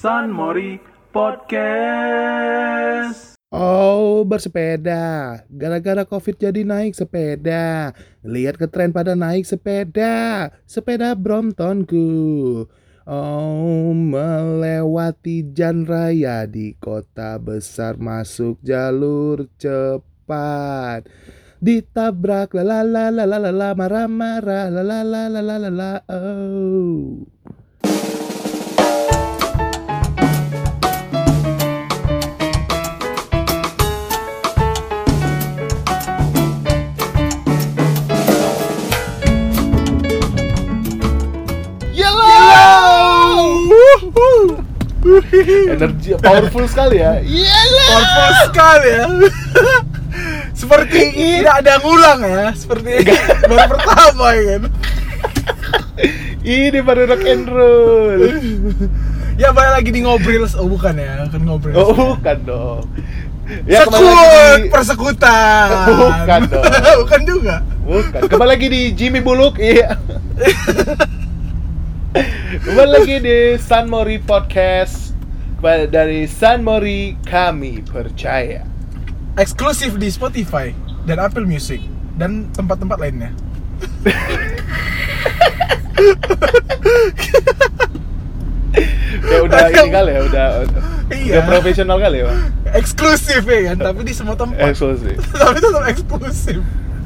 San Mori Podcast. Oh, bersepeda. Gara-gara COVID jadi naik sepeda. Lihat ke tren pada naik sepeda. Sepeda Bromptonku. Oh, melewati jalan raya di kota besar masuk jalur cepat. Ditabrak la la la la la la la marah-marah la la la la la la la oh. Energi powerful sekali ya. Powerful sekali ya. Seperti tidak ada yang ulang ya. Seperti baru pertama ya kan. Ini baru rock and roll. Ya balik lagi di ngobrol. Oh bukan ya, kan ngobrol. Oh bukan dong. Ya, persekutan. Bukan dong. Bukan juga. Bukan. Kembali lagi di Jimmy Buluk. Iya. Kembali lagi di San Mori Podcast. Dari San Mori kami percaya. Eksklusif di Spotify dan Apple Music dan tempat-tempat lainnya. Ya udah ini kali ya, udah profesional kali ya, Pak. Eksklusif ya kan, tapi di semua tempat. Eksklusif. Tapi tetap eksklusif.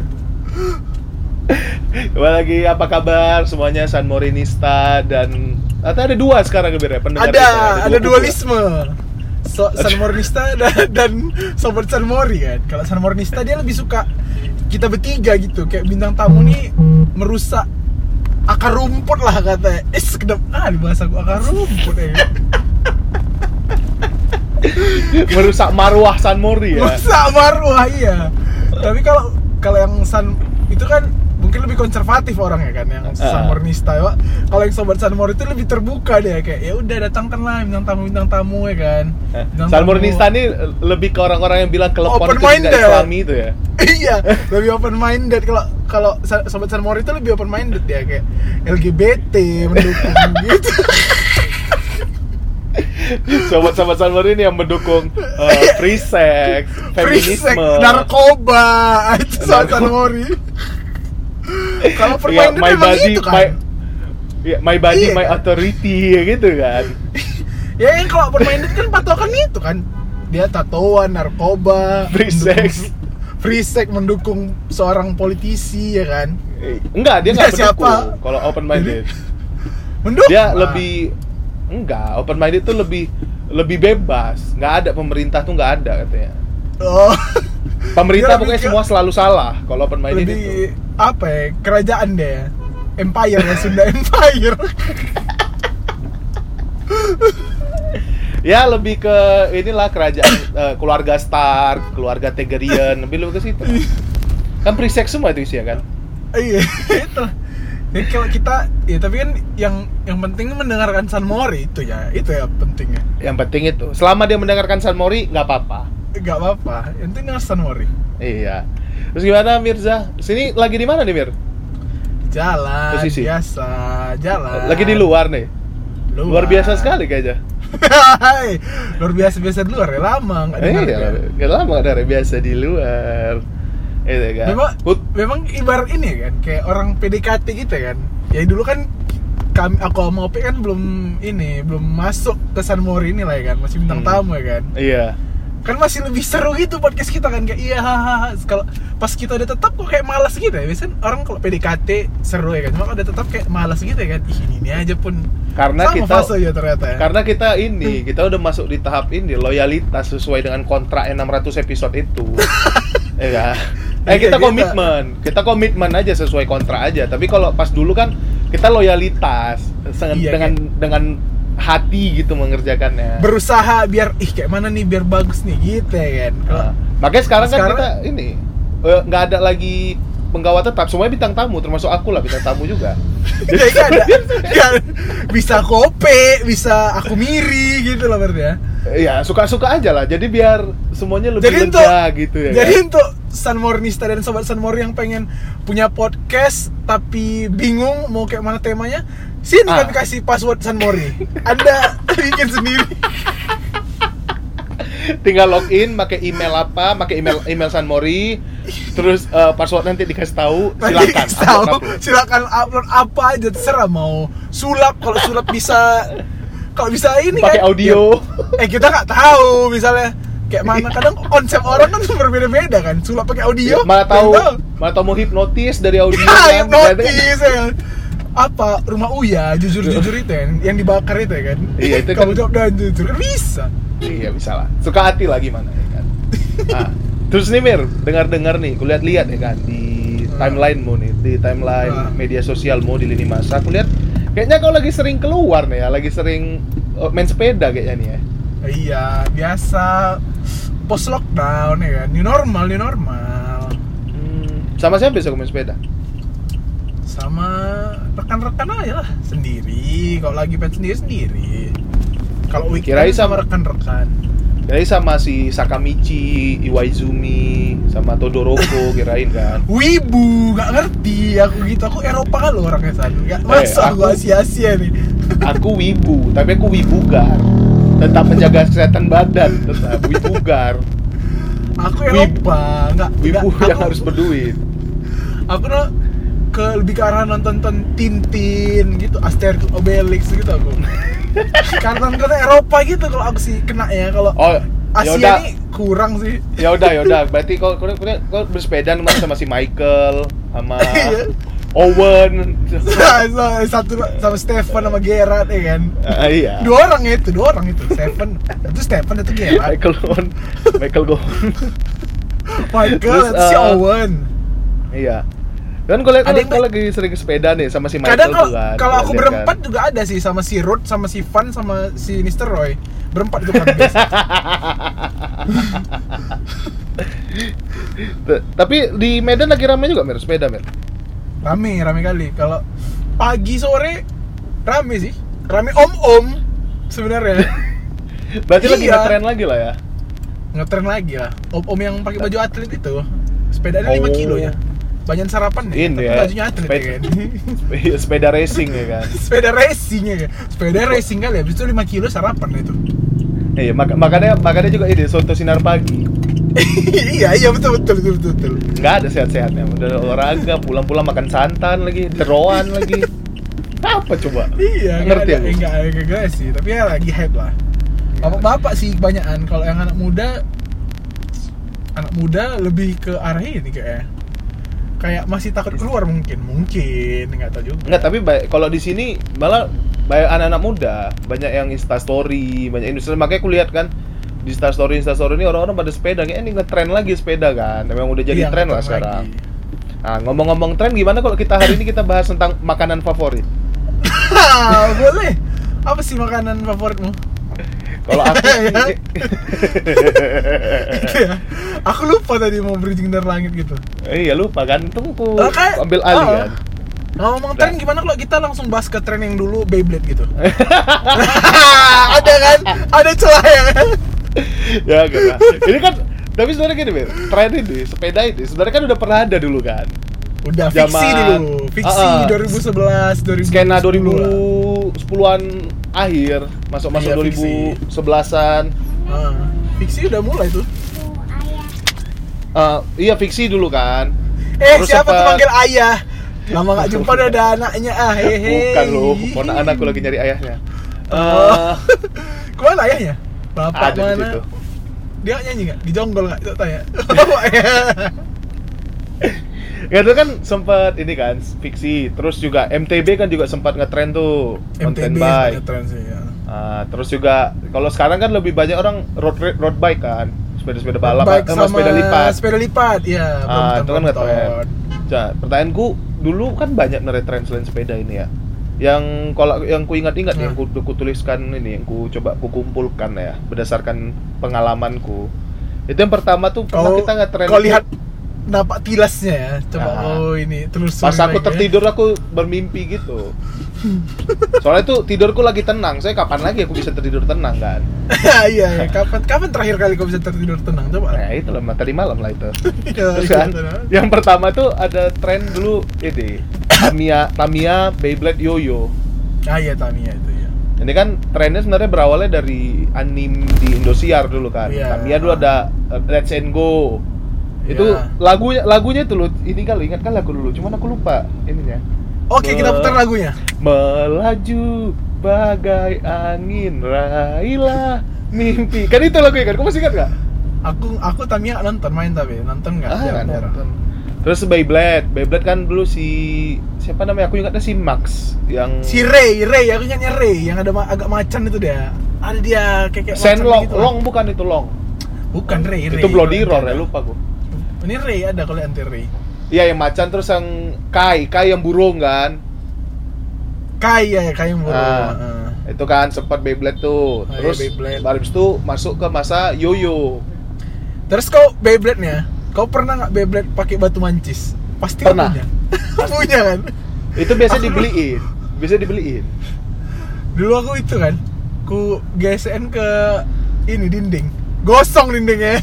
Kembali lagi, apa kabar semuanya San Morinista dan ada dua sekarang ya pendengar kita. Ada dualisme. San Morinista dan sobat San Mori kan. Kalau San Morinista dia lebih suka kita bertiga gitu, kayak bintang tamu nih merusak akar rumput lah katanya. Kedap di bahasa gua akar rumput ya. Merusak marwah San Mori ya. Merusak marwah iya. Tapi kalau yang San itu kan mungkin lebih konservatif orangnya kan, yang San Morinista ya. Kalau yang sobat San Mori itu lebih terbuka deh, kayak ya udah datangkanlah bintang tamu ya kan. San Morinista ini lebih ke orang-orang yang bilang telepon itu tidak Islami itu ya. Iya, lebih open minded. Kalau sobat San Mori itu lebih open minded ya, kayak LGBT mendukung gitu. Sobat-sobat San Mori ini yang mendukung free sex, feminisme, narkoba, itu sobat San Mori. Kalau permainan my memang body, itu kan. My body, my authority gitu kan. Ya yang kalau permainan kan patokan itu kan. Dia tatoan, narkoba, free sex mendukung seorang politisi ya kan. Enggak, dia enggak mendukung kalau open minded. Mendukung. Dia lebih open minded tuh lebih bebas. Enggak ada pemerintah tuh, enggak ada katanya. Oh. Pemerintah pokoknya semua selalu salah kalau open minded itu. Apa ya? Kerajaan deh. Empire ya, Sunda Empire. Ya lebih ke inilah kerajaan keluarga Stark, keluarga Targaryen, lebih ke situ. Kan free sex semua itu isinya kan? Iya, itu. Jadi kalau kita ya tapi kan yang penting mendengarkan San Mori itu ya pentingnya. Yang penting itu. Selama dia mendengarkan San Mori enggak apa-apa. Enggak apa-apa. Yang penting dengar San Mori. Iya. Terus gimana Mirza? Sini lagi di mana nih, Mir? Jalan. Posisi. Biasa, jalan. Lagi di luar nih. Luar biasa sekali kayaknya. Luar biasa di luar ya, lama enggak dengar. Iya, enggak lama dari biasa di luar. Itu kan. Memang ibarat ini kan, kayak orang PDKT gitu kan. Ya dulu kan aku sama Opi kan belum masuk ke San Mori ini lah ya kan, masih bintang tamu ya kan. Iya. Kan masih lebih seru gitu podcast kita kan, kayak iya kalau pas kita udah tetap kok kayak malas gitu ya. Biasanya orang kalau PDKT seru ya kan, cuma udah tetap kayak malas gitu ya kan. Ini aja pun karena sama kita fase ya ternyata ya. Karena kita udah masuk di tahap ini loyalitas sesuai dengan kontrak 600 episode itu. Ya kan? Kita komitmen aja sesuai kontrak aja. Tapi kalau pas dulu kan kita loyalitas dengan hati gitu mengerjakannya. Berusaha biar kayak mana nih biar bagus nih gitu ya kan. Makanya sekarang kan kita ini nggak ada lagi penggawa tetap, semuanya bintang tamu, termasuk aku lah bintang tamu juga. Jadi kan bisa kope, bisa aku miri gitu loh berarti ya. Ya suka-suka aja lah, jadi biar semuanya lebih Jadi lega gitu ya. Jadi Kan? untuk Sanmornista dan Sobat Sanmori yang pengen punya podcast tapi bingung mau kayak mana temanya, sini kami kasih password Sanmori. Anda bikin sendiri. Tinggal login, pakai email apa, pakai email Sanmori, terus password nanti dikasih tahu, silakan upload apa aja terserah, mau sulap, kalau sulap bisa, kalau bisa ini pakai kan audio. ya, kita nggak tahu misalnya kayak mana, kadang konsep orang kan berbeda-beda kan, sulap pakai audio malah tahu mau hipnotis dari audio ya, kan. hipnotis ya. Apa rumah Uya jujur itu yang dibakar itu ya kan, Iya, itu kamu kan- jawab dan jujur bisa. Iya bisa lah, suka hati lah gimana ya kan. Nah, terus nih Mir, dengar nih, kulihat-lihat ya kan di timelinemu nih, di timeline media sosialmu di lini masa, aku lihat kayaknya kau lagi sering keluar nih ya, lagi sering main sepeda kayaknya nih ya. Iya, biasa post lockdown ya kan, new normal. Sama siapa bisa main sepeda? Sama rekan-rekan aja lah, sendiri. Kalau lagi pengen sendiri. Kalau weekend Kirain sama sama- rekan-rekan. Jadi sama si Sakamichi, Iwaizumi, sama Todoroki kirain kan. Wibu, gak ngerti aku gitu. Aku Eropa kan loh orangnya San. Gak masuk aku aku- Asia nih. Aku wibu, tapi aku wibugar. Tetap menjaga kesehatan badan, tetap wibugar. Aku Eropa, Wibu nggak, yang harus berduit. Aku lebih ke arah nonton Tintin gitu, Asterix Obelix gitu aku. Karena Eropa gitu kalau aku sih kena ya, kalau Oh, Asia yaudah. nih kurang sih. Ya udah. Berarti kau bersepeda sama si Michael, sama Iya. Owen. Satu sama Stefan sama Gerard ya kan. Iya. Dua orang itu. Stefan itu Gerard. Michael Gon. Michael Terus, itu si Owen. Iya. Dan kau lihat Ada yang kau lagi sering sepeda nih sama si Michael Kadang tuh kan. kalau aku Lihat berempat kan. juga ada sih, sama si Ruth, sama si Van, sama si Mr. Roy. Berempat itu kan biasa. Tapi di Medan lagi ramai juga Mir sepeda Mir. Rame kali. Kalau pagi sore rame sih. Rame om-om sebenarnya. Berarti lagi Iya. ngetren lagi lah ya. Ngetren lagi lah. Om-om yang pakai baju atlet itu. Sepedanya 5 kilo ya. Banyak sarapan nih, Ini tapi ya, bajunya atlet ya kan. Sepeda racing ya kan. Sepeda racing ya kan. Sepeda racing kali ya. Habis itu 5 kilo sarapan itu. Iya, makanya juga ini soto sinar pagi. iya betul. Nggak ada sehat-sehatnya. Udah olahraga, pulang-pulang makan santan lagi, teroan lagi. Apa coba? Iya, Ngerti aku. enggak sih, tapi ya lagi hype lah. Bapak-bapak sih kebanyakan. Kalau yang anak muda lebih ke arah ini kayak masih takut keluar mungkin nggak tahu juga. Enggak, tapi kalau di sini malah banyak anak-anak muda, banyak yang Instastory, banyak industri. Makanya aku lihat kan di Instastory ini orang-orang pada sepeda, kayak ini ngetren lagi sepeda kan. Memang udah jadi Iya, tren lah ngetren sekarang. lagi. Nah, ngomong-ngomong tren, gimana kalau kita hari ini kita bahas tentang makanan favorit? Boleh. Apa sih makanan favoritmu? Kalau aku Gitu ya. Aku lupa tadi mau bridging dari langit gitu. iya lupa kan, tuh aku Oke. ambil alih kan. Ngomong tren, gimana kalau kita langsung bahas ke tren yang dulu Beyblade gitu? Ada kan? Ada celah ya kan? Ya enggak lah. Ini kan tapi sebenarnya gini, Mir. Tren ini, sepeda ini sebenarnya kan udah pernah ada dulu kan. Udah fiksi Zaman- dulu. Fiksi 2011, 2010. Skena 2010 2010-an akhir, masuk-masuk Iya, fiksi. 2011-an. Fiksi udah mulai tuh. Iya fiksi dulu kan. Terus Siapa tuh sempat- manggil ayah? Lama gak jumpa udah ada anaknya. Hehe. Bukan loh, ponakan aku lagi nyari ayahnya. Kemana ayahnya? Bapak Ada di mana? situ. Dia nyanyi gak? Dijonggol gak? Coba tanya. Ya itu kan sempat ini kan fiksi, terus juga MTB kan juga sempat ngetren tuh mountain MTB bike. tren sih ya. Terus juga kalau sekarang kan lebih banyak orang road bike kan, sepeda-sepeda balap Bike sama sepeda lipat. Sepeda lipat, ya. Itu kan ngetren. Nah, pertanyaanku dulu kan banyak tren selain sepeda ini ya. Yang kalau yang ku ingat-ingat yang ku tuliskan ini, yang ku coba ku kumpulkan ya berdasarkan pengalamanku. Itu yang pertama tuh pernah kita ngetren. Kau lihat napak tilasnya ya. Coba ini telusuri. Pas aku lagi, tertidur aku bermimpi gitu. Soalnya tuh tidurku lagi tenang. Saya kapan lagi aku bisa tertidur tenang kan? Iya, kapan terakhir kali kau bisa tertidur tenang? Coba. Nah, itu lah tadi malam lah itu. Iya, Terus kan, gitu. yang pertama tuh ada tren dulu ini Tamiya Beyblade Yoyo. Ah iya, Tamiya itu ya. Ini kan trennya sebenarnya berawalnya dari anime di Indosiar dulu kan. Iya. Tamiya dulu ada Let's and Go. Itu Iya. lagunya itu loh. Ini kali ingat kan lagu dulu. Cuman aku lupa ininya. Oke, kita putar lagunya. Melaju bagai angin, raihlah mimpi. Kan itu lagunya kan? Kamu masih ingat gak? Aku Tamiya nonton nonton nggak? Jarang. Nonton. Terus Beyblade kan dulu si siapa namanya? Aku ingatnya si Max yang Si Ray, aku ingatnya Ray yang ada agak macan itu dia. Ada dia kayak Senlong, gitu. Long bukan itu Long. Bukan Ray. Itu Bloody Roar ya, lupa aku. Ini Ray ada kalau anti Ray. Iya yang macan, terus yang Kai yang burung kan. Kai yang burung. Itu kan sempat Beyblade tuh. Terus iya, Beyblade. baru itu masuk ke masa Yoyo. Terus kau Beyblade-nya, kau pernah nggak Beyblade pakai batu mancis? Pasti Pernah. Punya. Punya kan? Itu biasa dibeliin. Dulu aku itu kan, ku GSN ke ini dinding, gosong dindingnya.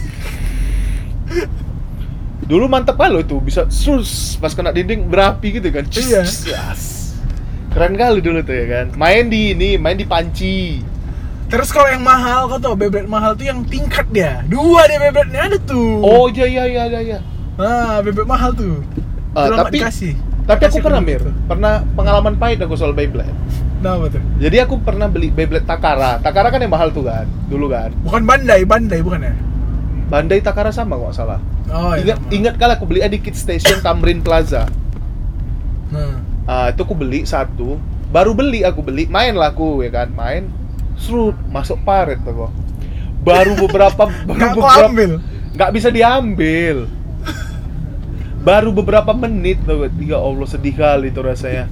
Dulu mantep kali itu, bisa sus pas kena dinding berapi gitu kan. Iya. Keren kali dulu tuh ya kan. Main di panci. Terus kalau yang mahal, kau tau Beyblade mahal tuh yang tingkat dia. 2 dia Beyblade-nya ada tuh. Oh iya. Nah, Beyblade mahal tuh. Belum Tapi dikasih. aku pernah gitu. pernah pengalaman pahit aku soal Beyblade. Nah, apa tuh? Jadi aku pernah beli Beyblade Takara. Takara kan yang mahal tuh kan, dulu kan. Bukan Bandai bukan ya? Bandai Takara sama kok salah. Oh iya. Ingat kali aku beli di Kid Station Tamrin Plaza. Nah. Itu aku beli satu. Baru aku beli, main lah aku ya kan, main. Serut masuk paret tuh kok. Baru beberapa ambil. Nggak bisa diambil. Baru beberapa menit tuh, ya Allah sedih kali tuh rasanya.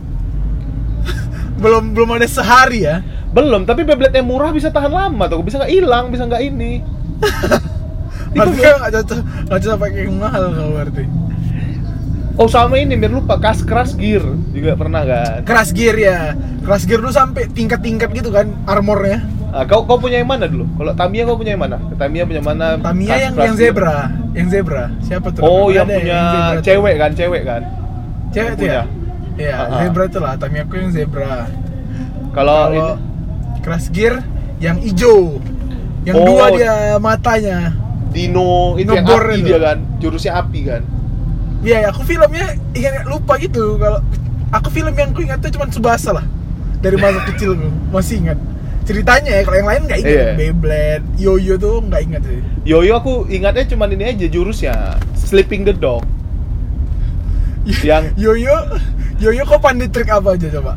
Belum ada sehari ya. Belum, tapi Beyblade yang murah bisa tahan lama tuh, bisa nggak hilang, bisa nggak ini. Berarti kan nggak cocok pakai yang mahal kalau berarti. Oh sama ini, biar lupa, Crash Gear juga pernah kan? Crash Gear ya. Crash Gear dulu sampai tingkat-tingkat gitu kan armornya. Kau punya yang mana dulu? Kalau Tamiya kau punya yang mana? Tamiya punya mana? Tamiya yang zebra. Yang zebra. Siapa tuh? Oh, yang ada punya yang cewek kan? Cewek tuh ya? Iya, Uh-huh. zebra itu lah. Tamiya aku yang zebra. Kalau ini Crash Gear yang hijau. Yang 2 dia matanya. Dino itu yang Ngebor api itu. dia kan, jurusnya api kan. Iya, aku filmnya lupa gitu. Kalau aku film yang ku ingatnya cuma Tsubasa lah. Dari masa kecilku, masih ingat. Ceritanya ya, kalau yang lain nggak ingat. Iya. Beyblade, Yoyo tuh nggak ingat sih. Yoyo aku ingatnya cuma ini aja jurusnya, Sleeping the Dog. Yang Yoyo kok pandai trik apa aja coba?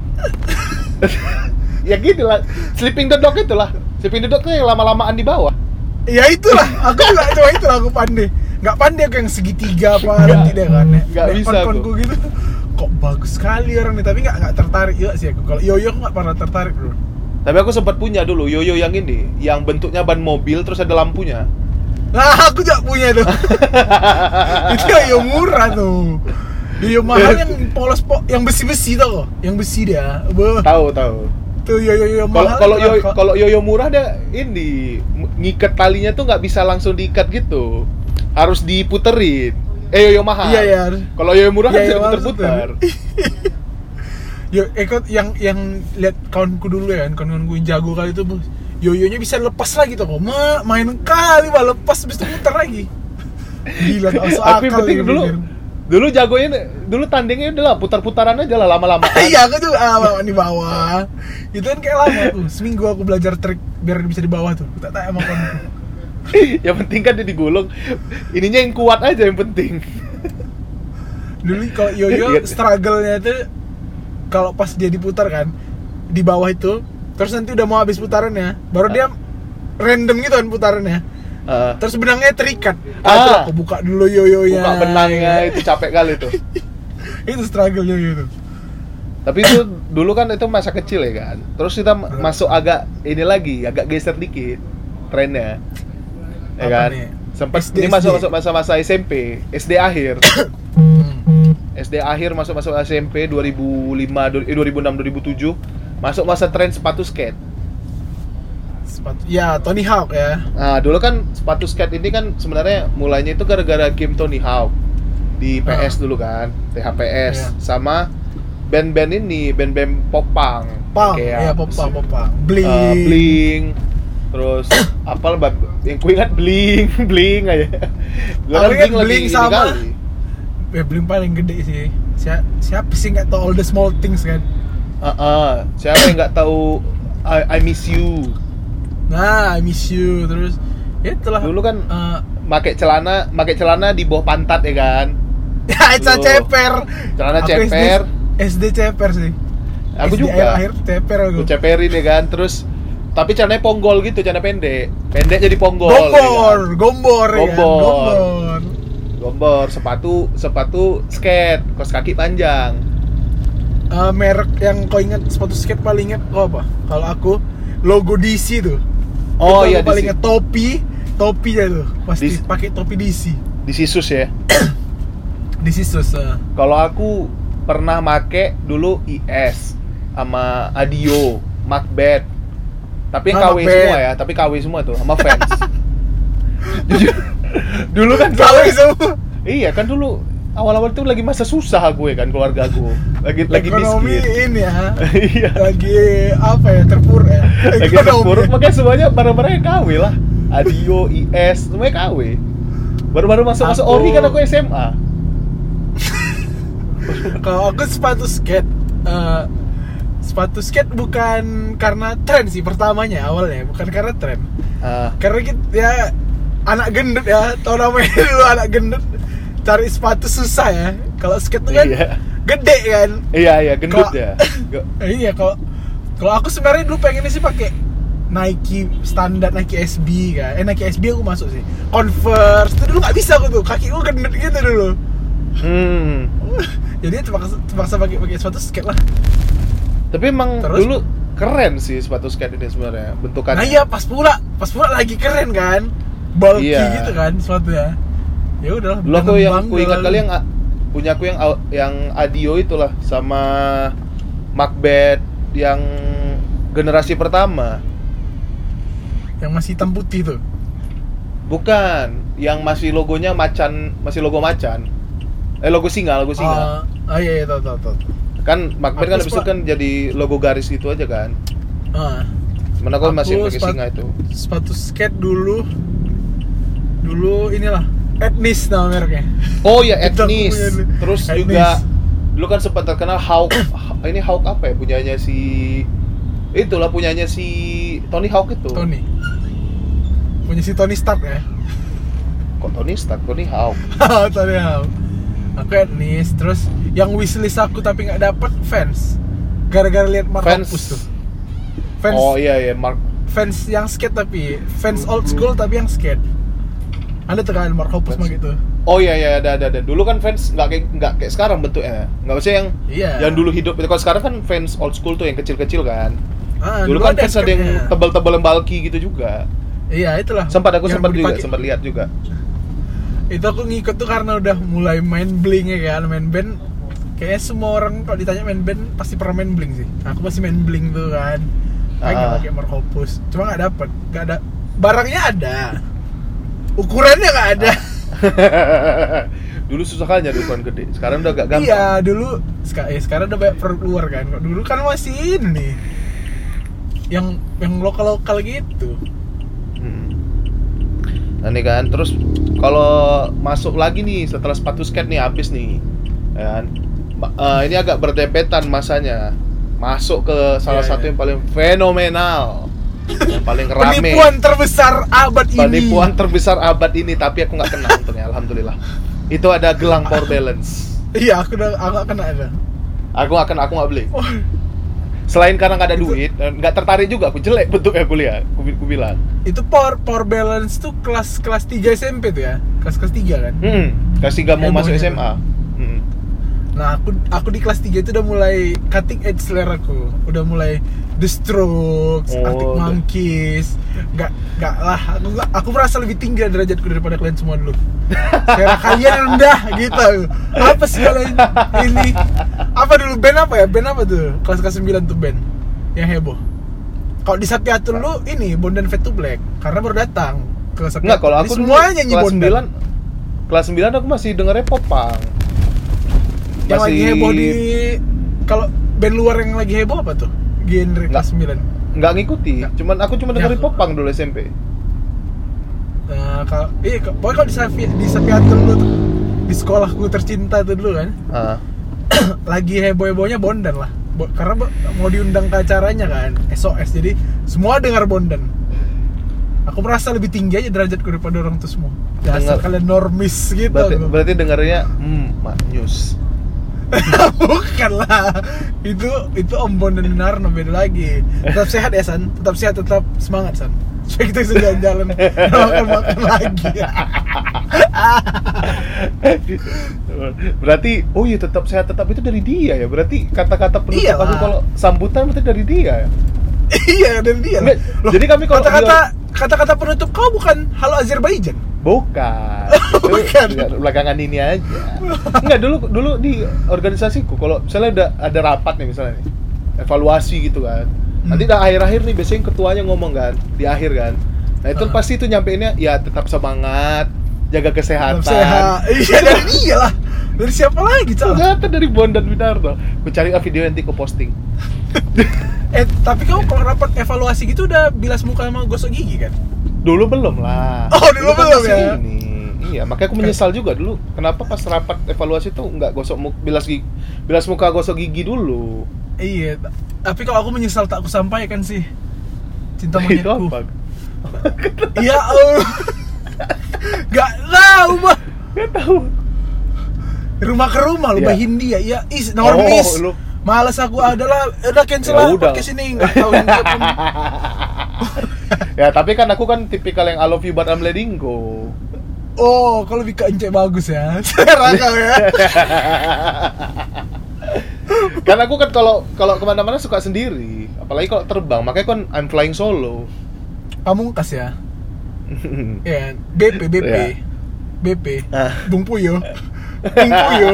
ya gitu lah, Sleeping the Dog itulah. Sleeping the Dog tuh yang lama-lamaan di bawah. Ya itulah, aku juga coba itulah aku pandai. Nggak pandai aku yang segitiga apa nanti deh kan. Nggak bisa aku gitu. Kok bagus sekali orang nih, tapi nggak tertarik juga sih aku. Kalau Yoyo aku nggak pernah tertarik bro. Tapi aku sempat punya dulu Yoyo yang ini, yang bentuknya ban mobil terus ada lampunya. Nah, aku juga punya tuh. Itu Yoyo murah tuh. Yoyo mahal yang polos yang besi-besi tau kok. Yang besi dia. Tahu. Tuh Yoyo mahal. Kalau Yoyo murah dia ini ngikat talinya tuh nggak bisa langsung diikat gitu. Harus diputerin. Yoyo mahal. Iya. Kalau Yoyo murah kan bisa diputer-puter. Ikut yang lihat kawanku dulu ya kan, kawanku yang jago kali itu bos. Yoyonya bisa lepas lagi tuh kok. Main kali lepas habis itu putar lagi. Gila enggak masuk akal. Tapi penting dulu jagonya dulu tandingnya udah lah putar-putaran aja lah lama-lama. Iya, aku tuh di bawah. Itu kan kayak lama tuh. Seminggu aku belajar trik biar bisa di bawah tuh. Tak emang kawanku. Yang penting kan dia digulung. Ininya yang kuat aja yang penting. Dulu kalau Yoyo struggle-nya tuh kalau pas dia diputar kan di bawah itu, terus nanti udah mau habis putarannya, baru dia random gitu kan putarannya. Terus benangnya terikat. Tuh aku buka dulu Yoyonya. Buka benangnya itu capek kali tuh. Itu struggle Yoyo tuh. Tapi itu dulu kan itu masa kecil ya kan. Terus kita masuk agak ini lagi, agak geser dikit trennya. Ya apa kan? Nih? Sempat SD. ini masuk masa-masa SMP, SD akhir. SD akhir masuk SMP 2006 2007 masuk masa tren sepatu skate. Ya, Tony Hawk ya. Nah, dulu kan sepatu skate ini kan sebenarnya mulainya itu gara-gara game Tony Hawk di PS dulu kan, THPS Iya. sama band-band ini, band-band popang. Pang, Kayak ya popang. Bling. Bling. Terus apa yang ku ingat Bling, Bling aja. Gua Aku ingat lagi Bling ini sama kali. Bling paling gede sih. Siapa sih nggak tahu all the small things kan? Siapa yang nggak tahu I Miss You. Nah, I miss you. Terus ya itulah. Dulu kan eh, pakai celana di bawah pantat ya kan. ya itu Dulu. ceper. Celana Aku ceper. SD ceper sih. Aku SD juga. akhir ceper aku. Aku ceperin ya kan. Terus tapi celananya ponggol gitu, celana pendek. Pendek jadi ponggol. Gombor ya kan? Gombor. Gombor, sepatu skate, kaos kaki panjang. Merek yang kau ingat sepatu skate paling ingat kau apa? Kalau aku logo DC tuh. Oh Itu iya, aku paling DC. ingat topinya tuh. Pasti DC. pakai topi DC. Di Sisus ya. DC sus. Kalau aku pernah make dulu IS sama Adio, Macbeth. Tapi yang KW Macbeth. semua ya, tapi KW semua tuh sama fans. Dulu kan Tahu semua. Iya kan dulu awal-awal tuh lagi masa susah gue kan, keluarga gue. Lagi Ekonomi miskin. ini ya. Iya. Lagi apa ya? Terpuruk ya. Lagi Ekonomi. terpuruk, makanya semuanya barang-barangnya KW lah. Adio, IS, semuanya KW. Baru-baru masuk Ori kan aku SMA. Kalau aku sepatu skate, sepatu skate bukan karena tren sih pertamanya awalnya, bukan karena tren. Karena kita ya anak gendut ya, tau namanya dulu anak gendut, cari sepatu susah ya. Kalau skate tuh kan Iya. gede kan. Iya, gendut Kalau- ya. Iya kalau aku sebenarnya dulu pengennya sih pakai Nike standar, Nike SB kan. Nike SB aku masuk sih. Converse itu dulu nggak bisa aku tuh, kaki aku gendut gitu dulu. Jadi terpaksa pakai sepatu skate lah. Tapi emang Terus? dulu keren sih sepatu skate ini sebenarnya bentukannya. Nah iya pas pula lagi keren kan, bulky Iya. gitu kan sepatunya. Ya udah. Dulu aku yang bangga ku ingat lalu. kali yang punya aku yang Adio itulah sama Macbeth yang generasi pertama. yang masih hitam putih tuh. Bukan, yang masih logonya macan, masih logo macan. Logo singa. Oh iya tahu. Kan Macbeth kan Aku habis itu kan jadi logo garis gitu aja kan. Mana aku masih pakai singa itu. Sepatu skate dulu inilah etnis nama mereknya. Oh ya, Itu aku etnis. punya dulu. Terus Etnis. juga dulu kan sempat terkenal Hawk. Ini Hawk apa ya? Punyanya si itulah punyanya si Tony Hawk itu. Punya si Tony Stark ya. Kok Tony Stark? Tony Hawk. Tony Hawk. Aku etnis, terus yang wishlist aku tapi nggak dapet Vans. Gara-gara lihat Mark Vans. Hoppus tuh. Vans, Oh iya Mark. Vans yang skate tapi Vans old school tapi yang skate. Ada tuh kan Mark Hoppus mah gitu. Oh iya ada. Dulu kan fans nggak kayak sekarang bentuknya. Nggak usah yang Iya. yang dulu hidup. Kalau sekarang kan fans old school tuh yang kecil-kecil kan. Dulu dulu kan fans ada yang skate-nya. tebal-tebal yang bulky gitu juga. Iya itulah. Sempat Yang dipakai- sempat lihat juga. Itu aku ngikut tuh karena udah mulai main bling ya kan, main band. Kayaknya semua orang kalau ditanya main band pasti pernah main bling sih. Aku masih main bling tuh kan. Pengen pakai Mark Hoppus. Cuma nggak dapet, nggak ada. Barangnya ada, ukurannya nggak ada. Dulu susah kan nyari ukuran gede. Sekarang udah agak gampang. Iya dulu, sekarang udah banyak produk luar kan. Kok dulu kan masih ini, yang lokal gitu. Nah nih kan, terus kalau masuk lagi nih setelah sepatu skate nih habis nih, ya kan? Ini agak berdempetan masanya. Masuk ke salah Iya, satu iya. yang paling fenomenal, yang paling rame. Penipuan terbesar abad ini. Penipuan terbesar abad ini, tapi aku nggak kena untungnya, alhamdulillah. Itu ada gelang power balance. Iya, aku nggak kena ada. Aku nggak beli. Oh, Selain karena nggak ada duit, dan nggak tertarik juga. Aku jelek bentuknya kuliah. Aku bilang. itu power balance tuh kelas 3 SMP tuh ya, kelas 3 kan. Kelas 3 mau Hebohnya masuk tuh. SMA. Nah, aku di kelas 3 itu udah mulai cutting edge seleraku. Udah mulai The Strokes, Arctic udah. Monkeys. Enggak lah, aku merasa lebih tinggi derajatku daripada kalian semua dulu. Selera kalian rendah gitu. Apa sih kalian ini? Apa dulu band apa ya? Band apa tuh? Kelas 9 tuh band yang heboh. Kalau di Sapiatul lu ini Bondan Fade to Black karena baru datang ke Sapiatul. Enggak, kalau aku Jadi dulu semuanya nyanyi kelas Bondan. 9 kelas 9 aku masih dengernya popang. Yang lagi heboh di kalau band luar yang lagi heboh apa tuh? Genre kelas 9. Nggak ngikuti, aku cuma dengerin Ya. popang dulu SMP. Nah, pokoknya kalau di Sapiatul dulu tuh, di sekolahku tercinta tuh dulu kan, Ah. lagi heboh-hebohnya Bondan lah. Karena mau diundang ke acaranya kan, SOS. Jadi semua dengar Bondan. Aku merasa lebih tinggi aja derajatku daripada orang tuh semua. Dasar kalian normis gitu. Berarti dengernya Mak News. Bukan lah. Itu Om Bondan Narno beda lagi. Tetap sehat ya San, tetap sehat, tetap semangat San. Supaya kita bisa jalan-jalan makan lagi. Berarti oh iya tetap sehat tetap itu dari dia ya. Berarti kata-kata penutup Iyalah. aku kalau sambutan berarti dari dia ya. Iya, dan dia lah. Enggak, jadi kami kalau kata-kata penutup kau bukan halo Azerbaijan. Bukan. Bukan. Itu belakangan ini aja. Enggak, dulu di organisasiku kalau misalnya udah ada rapat nih misalnya nih. Evaluasi gitu kan. Nanti dah akhir-akhir nih biasanya ketuanya ngomong kan di akhir kan. Nah, itu pasti itu nyampeinnya ya tetap semangat, jaga kesehatan. Sehat. Iya, dari dia lah. Dari siapa lagi, Cal? Ternyata dari Bondan Winarno. Ku cari video nanti ku posting. Tapi kau kalau rapat evaluasi gitu udah bilas muka sama gosok gigi kan? Dulu belum lah. Oh, dulu kan belum masih ya? Ini. Iya, makanya aku menyesal juga dulu. Kenapa pas rapat evaluasi tuh nggak bilas muka gosok gigi dulu. Iya, tapi kalau aku menyesal tak aku sampaikan sih. Cinta Itu monyetku. apa? Ya Allah. Gak tahu, Bah. Nggak tahu. Rumah ke rumah lu Iya. bah Hindia. Ya, normis. lu. Malas aku adalah udah cancel Ya lah udah. podcast ini enggak tahu Hindia pun. Ya, tapi kan aku kan tipikal yang I love you but I'm letting go. Oh, kalau Bika Encek bagus ya. Selera kau ya. Kan aku kan kalau kemana-mana suka sendiri, apalagi kalau terbang, makanya kan I'm flying solo. Pamungkas ya. Ya, BP. Ya. BP. Ah. Bung Puyo. Bung Puyo.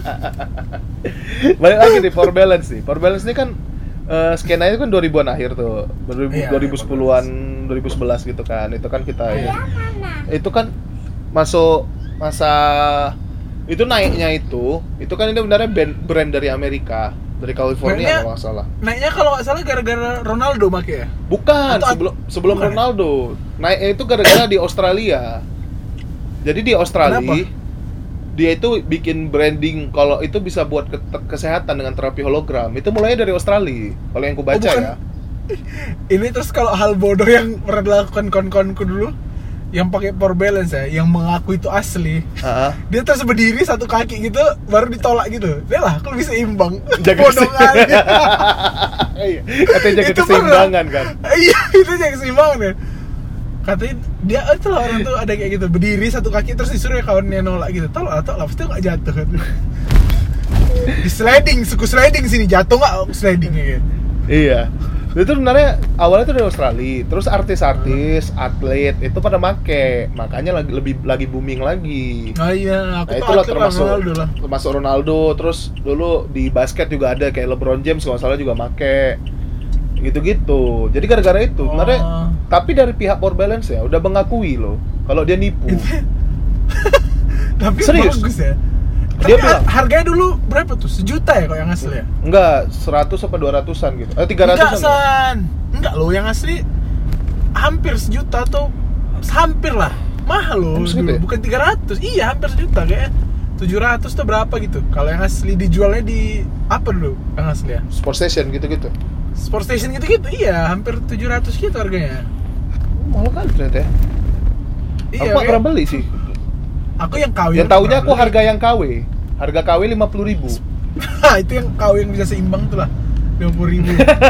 Balik lagi nih Power Balance nih. Power Balance ini kan skenanya kan 2000-an akhir tuh. Iya, 2010-an, 2011 gitu kan. Itu kan kita ya. Itu kan masuk masa itu naiknya itu kan ini sebenarnya brand dari Amerika, dari California Naiknya- kalau nggak salah. Naiknya kalau nggak salah gara-gara Ronaldo make ya. Bukan, Atau- sebelum bukan ya? Ronaldo. Naiknya itu gara-gara di Australia. Jadi di Australia Kenapa? dia itu bikin branding kalau itu bisa buat kesehatan dengan terapi hologram. Itu mulainya dari Australia. Kalau yang ku baca bukan. ya. Ini terus kalau hal bodoh yang pernah dilakukan kawan-kawanku dulu yang pakai Power Balance ya, yang mengaku itu asli. Heeh. Dia terus berdiri satu kaki gitu, baru ditolak gitu. Dia lah, aku bisa imbang. Jaga Bodoh kali. Iya, katanya jaga Itu keseimbangan kan. Iya, itu jaga keseimbangan ya. Katanya dia itu lah orang tuh ada kayak gitu, berdiri satu kaki terus disuruh kawannya nolak gitu. Tolak, pasti nggak jatuh kan. Di sliding, suku sliding sini jatuh nggak sliding ya kan. Iya. Itu sebenarnya awalnya itu dari Australia. Terus artis-artis, atlet itu pada make. Makanya lagi booming lagi. Oh iya, aku Nah, tuh itulah akhirnya termasuk Ronaldo lah. Ronaldo. Terus dulu di basket juga ada kayak LeBron James kalau nggak salah juga make. Gitu-gitu. Jadi gara-gara itu Oh. sebenarnya tapi dari pihak Power Balance ya udah mengakui loh kalau dia nipu. Tapi Serius? bagus ya. Dia Tapi bilang. harganya dulu berapa tuh? 1 juta ya kalau yang asli ya? Enggak, 100 apa 200-an gitu. 300-an. Enggak, ya? San. Enggak loh, yang asli hampir 1 juta atau hampir lah. Mahal loh. Hampir segitu Dulu. ya? Bukan 300. Iya, hampir 1 juta kayaknya. 700 tuh berapa gitu. Kalau yang asli dijualnya di apa dulu? Yang asli ya? Sport Station gitu-gitu. Sport Station gitu-gitu. Iya, hampir 700 gitu harganya. Mahal kan ternyata ya. Iya, Aku nggak pernah beli sih. Aku yang KW. Yang taunya aku harga yang KW. Harga KW 50.000. Nah, itu yang KW yang bisa seimbang tuh lah. 50.000.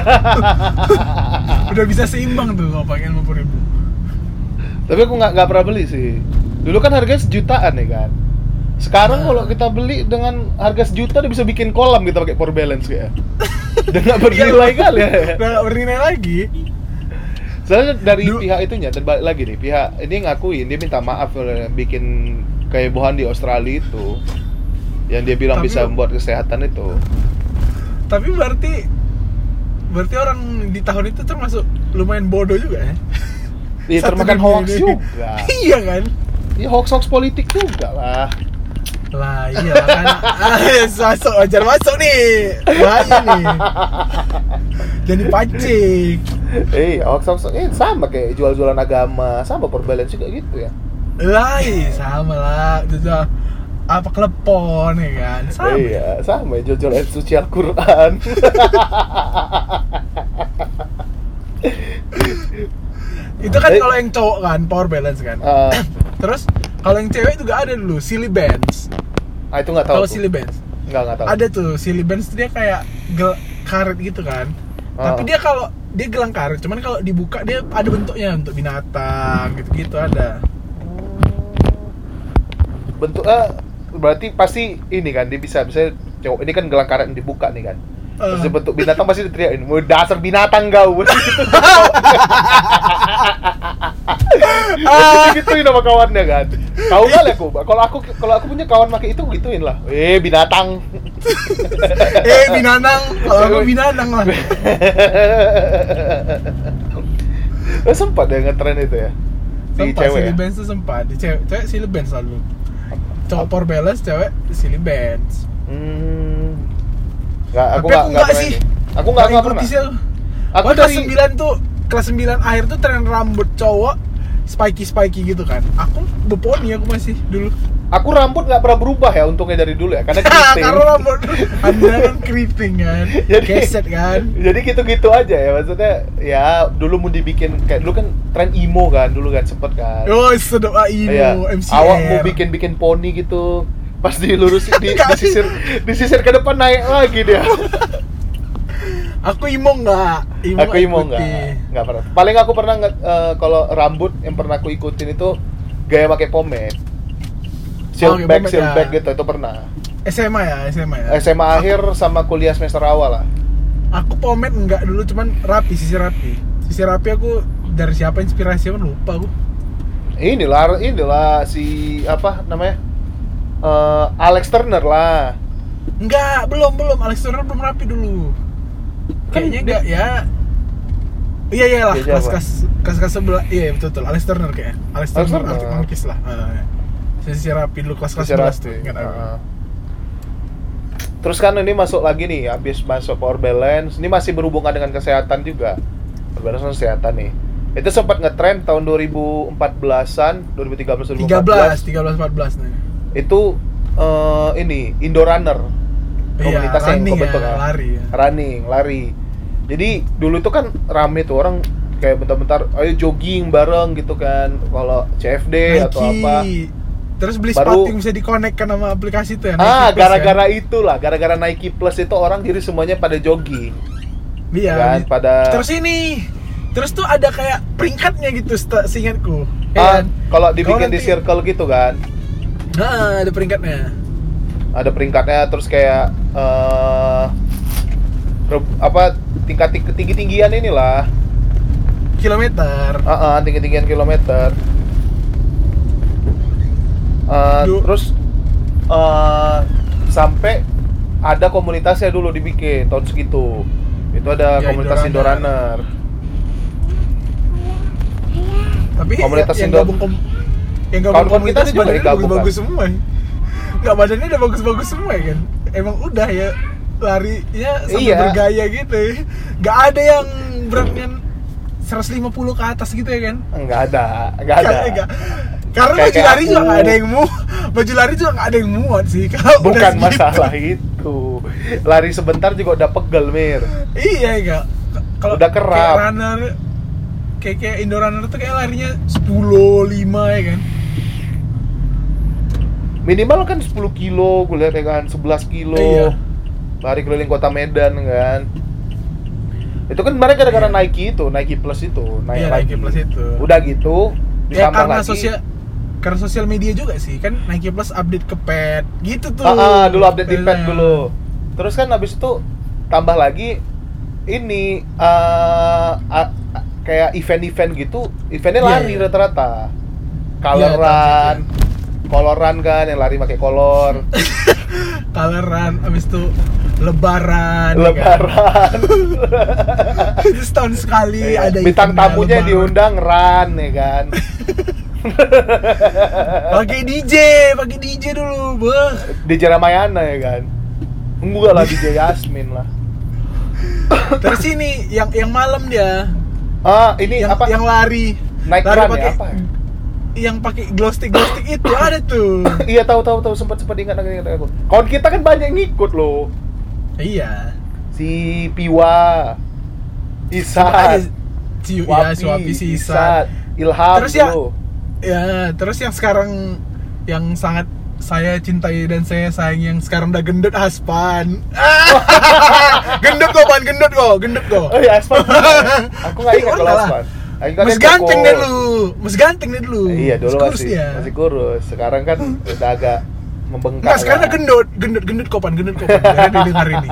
Udah bisa seimbang tuh kalau pakai 50.000. Tapi aku nggak pernah beli sih. Dulu kan harganya 1 jutaan ya kan. Sekarang kalau kita beli dengan harga 1 juta udah bisa bikin kolam kita pakai power balance kayak. Udah nggak bernilai kali ya. Udah nggak bernilai lagi. Soalnya dari pihak itunya, dan balik lagi nih, pihak ini ngakuin dia minta maaf bikin kehebohan di Australia itu, yang dia bilang bisa membuat kesehatan itu. Tapi berarti orang di tahun itu termasuk lumayan bodoh juga ya? Iya, termakan hoax juga. Iya kan? Iya, hoax politik juga lah. Lah iya kan. Masuk, ajar masuk nih. Bahaya nih. Jadi pancing. Hoax sama kayak jual-jualan agama, sama power balance juga gitu ya. Lah iya, sama lah. Jual apa klepon ya kan? Sama. Iya, sama jual-jual ayat suci Al-Qur'an. Itu kan kalau yang cowok kan power balance kan. Terus kalau yang cewek juga ada dulu Silly Bands. Itu nggak tahu. Kalau Silly Bands? Nggak tahu. Ada tuh Silly Bands, dia kayak karet gitu kan. Tapi dia kalau dia gelang karet, cuman kalau dibuka dia ada bentuknya, untuk binatang gitu-gitu ada. Bentuknya berarti pasti ini kan, dia bisa cowok ini kan gelang karet yang dibuka nih kan. Terus bentuk binatang pasti diteriakin, "Mau dasar binatang kau." Gituin sama kawannya kan. Tahu enggak lah aku. Kalau aku punya kawan pakai itu gituin lah. Binatang. Binatang. Kalau aku binatang lah. Sempat dia ngetren itu ya. Di Sempat cewek. Silly Bands tuh sempat. Di cewek Silly Bands selalu. Cowok power balance, cewek Silly Bands. Aku enggak sih. Aku enggak pernah. Aku dari kelas 9 akhir tuh tren rambut cowok spiky gitu kan. Aku beponi aku masih dulu. Aku rambut nggak pernah berubah ya, untungnya dari dulu ya, karena keriting. Karena rambut Anda kan keriting kan, keset kan. Jadi gitu-gitu aja ya, maksudnya ya dulu mau dibikin kayak dulu kan tren emo kan, dulu kan sempet kan. Oh sedap emo, ya, MCR. Awak mau bikin poni gitu, pas dilurusin disisir ke depan naik lagi dia. Aku emo nggak? Aku emo nggak pernah. Paling aku pernah kalau rambut yang pernah aku ikutin itu gaya pakai pomade. Silkback gitu, itu pernah. SMA ya? SMA akhir sama kuliah semester awal lah. Aku pomade enggak dulu, cuman sisir rapi aku dari siapa inspirasi aku lupa aku. Inilah si apa namanya? Alex Turner lah. Enggak, belum Alex Turner belum rapi dulu. Kayaknya enggak ya. Iya lah, kelas sebelah. Iya betul Alex Turner kayaknya. Alex Turner Arctic lah. Sisi rapi dulu kelas 11 tuh, ingat aku. Terus kan ini masuk lagi nih, habis masuk power balance, ini masih berhubungan dengan kesehatan juga. Power balance kesehatan nih. Itu sempat ngetrend tahun 2014-an, 2013 14 nih. Itu ini Indo Runner. Komunitas yang kebentuk lari. Jadi dulu tuh kan rame tuh orang kayak bentar-bentar ayo jogging bareng gitu kan, kalau CFD Nike, atau apa. Terus beli sepatu yang bisa dikonekkan sama aplikasi itu ya. Gara-gara itulah, gara-gara Nike Plus itu orang jadi semuanya pada jogging. Iya. Kan, pada. Terus tuh ada kayak peringkatnya gitu, seingatku. Kalau dibikin di circle gitu kan. Nah, ada peringkatnya. Ada peringkatnya, terus kayak tingkat tinggi-tinggian inilah. Kilometer. Tinggi-tinggian kilometer. Terus sampai ada komunitasnya dulu dibikin tahun segitu. Itu ada komunitas Indo Runner. Tapi komunitas yang gabung komunitas juga bagus semua. Enggak, badannya udah bagus-bagus semua kan. Emang udah ya larinya sampai bergaya gitu. Enggak ada yang beratnya 150 ke atas gitu ya kan? Enggak ada. Karena baju lari juga nggak ada yang baju lari juga nggak ada yang muat sih. Bukan masalah itu. Lari sebentar juga udah pegel, Mir. Iya enggak. Kalau udah kerap. Kayak runner, kayak Indo Runner tuh kayak larinya 10-5 ya kan. Minimal kan 10 kilo, gue lihat ya kan, 11 kilo. Iya. Lari keliling kota Medan kan. Itu kan kemarin gara-gara Nike itu, Nike Plus itu, Nike Plus itu. Udah gitu, ditambah lagi. karena sosial media juga sih kan. Nike Plus update ke pet gitu tuh. Dulu update di pet dulu. Terus kan habis itu tambah lagi ini kayak event-event gitu, eventnya lari rata-rata. Coloran kan, yang lari pakai kolor. Coloran, abis itu lebaran. Lebaran. Itu setahun sekali ada bintang eventnya, tamunya lebaran. diundang Ran ya kan. pakai DJ dulu, beuh. DJ Ramayana ya kan. Enggak lah, DJ Yasmin lah. Terus ini yang malam dia. Ini yang, apa? Yang lari. Night lari run pakai, ya apa? Yang pakai glow stick itu ada tuh. Iya tahu sempat ingat aku. Kawan kita kan banyak yang ngikut loh. Iya. Si Piwa, Isat, Suapi si Isat. Ilham Terus ya, dulu. Terus yang sekarang yang sangat saya cintai dan saya sayang yang sekarang udah gendut Haspan. gendut kok. Oh iya, Aspan. Aku nggak ingat kalau Aspan. Mas ganteng deh dulu. Iya, dulu kurus masih kurus. Sekarang kan udah agak membengkak. Enggak, sekarang udah gendut kopan. Biar didengar ini.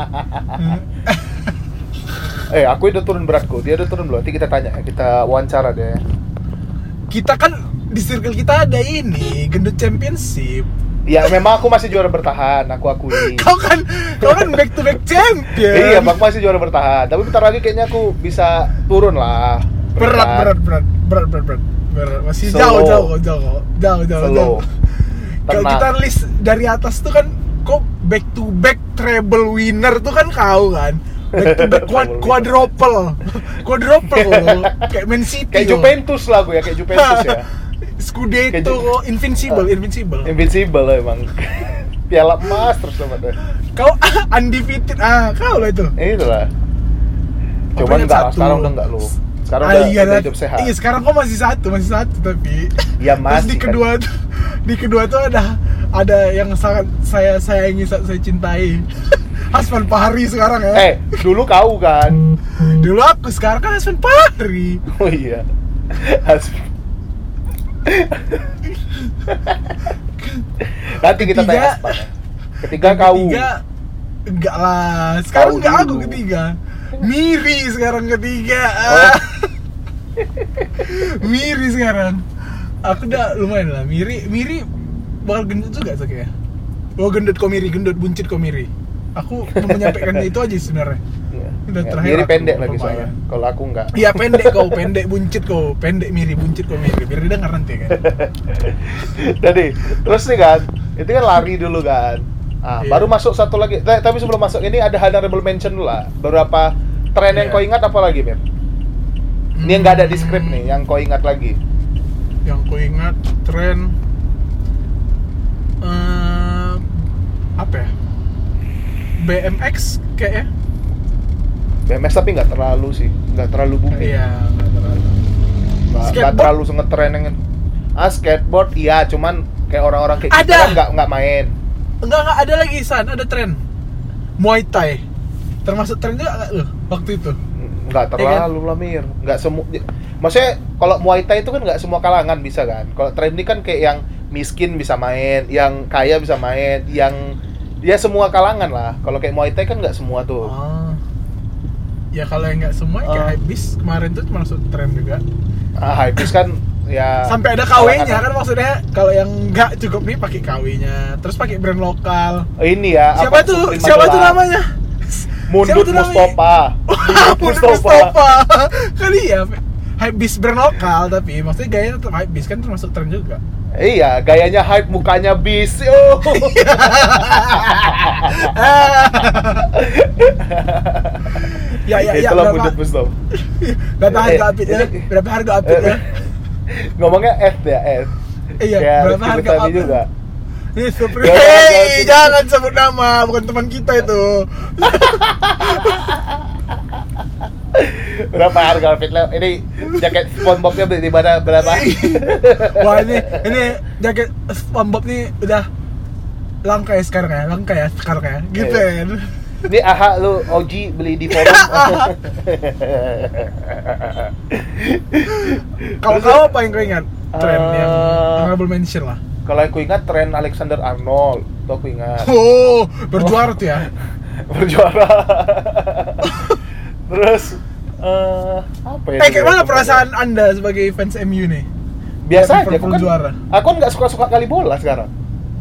Aku udah turun beratku, dia udah turun belum? Nanti kita tanya, kita wawancara deh. Kita kan di circle kita ada ini gendut championship. Ya memang aku masih juara bertahan, aku akui. Kau kan back to back champion. Iya, aku masih juara bertahan. Tapi bentar lagi kayaknya aku bisa turun lah. Berat. Masih Slow. jauh. Kalau Tenang. kita list dari atas tuh kan kok back to back treble winner tuh kan kau kan. Back to back quadruple lo. Kayak Man City. Kayak Juventus lah aku ya, kayak Juventus ya. Scudetto kok invincible. Invincible lah emang. Piala emas terus sama deh. Kau undefeated. Kau lah itu. Itu lah. Aku Cuman ingat enggak, satu. sekarang udah enggak lu. Sekarang udah hidup sehat. Iya, sekarang kok masih satu tapi. Ya Terus masih. di kedua tuh ada yang sangat saya sayangi, saya cintai. Haspan Fahri sekarang ya. Dulu kau kan. Dulu aku, sekarang kan Haspan Fahri. Oh iya. Nanti kita tanya Aspan ya. Ketiga kau. Enggak lah. Sekarang Kau enggak aku dulu. ketiga. Miri sekarang ketiga. Miri sekarang. Aku udah lumayan lah. Miri bakal gendut juga kayaknya. Gendut buncit kok Miri. Aku mau menyampaikan itu aja sebenarnya. Udah terakhir Miri aku pendek lagi lumayan. soalnya. Kalau aku enggak. Iya pendek buncit kau, Miri, buncit kau Miri. Biar dia denger nanti kan. Jadi, terus nih kan, itu kan lari dulu kan. Iya. Baru masuk satu lagi. Tapi sebelum masuk ini ada honorable mention dulu lah. Beberapa tren yang Iya. kau ingat apa lagi, Beb? Ini yang nggak ada di skrip nih, yang kau ingat lagi. Yang ku ingat tren apa ya? BMX kayaknya. BMX tapi nggak terlalu sih, nggak terlalu booming. Iya, nggak terlalu. Nggak Skateboard? terlalu ngetren yang skateboard iya, cuman kayak orang-orang kayak Ada. kita kan nggak main. Enggak ada lagi ada tren Muay Thai. Termasuk tren juga nggak waktu itu? Nggak terlalu lah Mir, nggak semua. Maksudnya kalau Muay Thai itu kan nggak semua kalangan bisa kan. Kalau tren ini kan kayak yang miskin bisa main, yang kaya bisa main, yang ya semua kalangan lah. Kalau kayak Muay Thai kan nggak semua tuh. Ya kalau yang nggak semua kayak Hypebeast kemarin tuh masuk tren juga. Hypebeast kan ya Sampai ada KW-nya kan maksudnya. Kalau yang nggak cukup nih pakai KW-nya, terus pakai brand lokal. Ini ya. Siapa tuh namanya? Mundut Siapa tuh namanya? Mustafa. Mustafa. Kali ya. Hypebeast brand lokal tapi maksudnya gayanya tetap Hypebeast kan termasuk tren juga. Iya, gayanya hype, mukanya bis. Oh. Ya Itulah Mundut Mustafa. Berapa harga update-nya? Berapa harga update-nya? Ngomongnya F ya, F. Iya, Ya, berapa Rizky harga Butami update? juga. Ini super. Berapa harga Hei, update? jangan sebut nama, bukan teman kita itu. Berapa harga outfit lo? Ini jaket SpongeBob-nya beli di mana berapa? Wah, ini jaket SpongeBob nih udah langka ya sekarang ya. Gitu Iya. kan. Ini aha lu Oji beli di forum. Kalau kau apa yang kau ingat? Tren yang Eh, honorable mention lah. Kalau aku ingat tren Alexander Arnold, itu aku ingat. Oh, berjuara tuh ya. Berjuara. Terus apa ya? Kayak mana perasaan Anda sebagai fans MU nih? Biasa Lihat aja, aku Liverpool kan juara. aku kan nggak suka kali bola sekarang.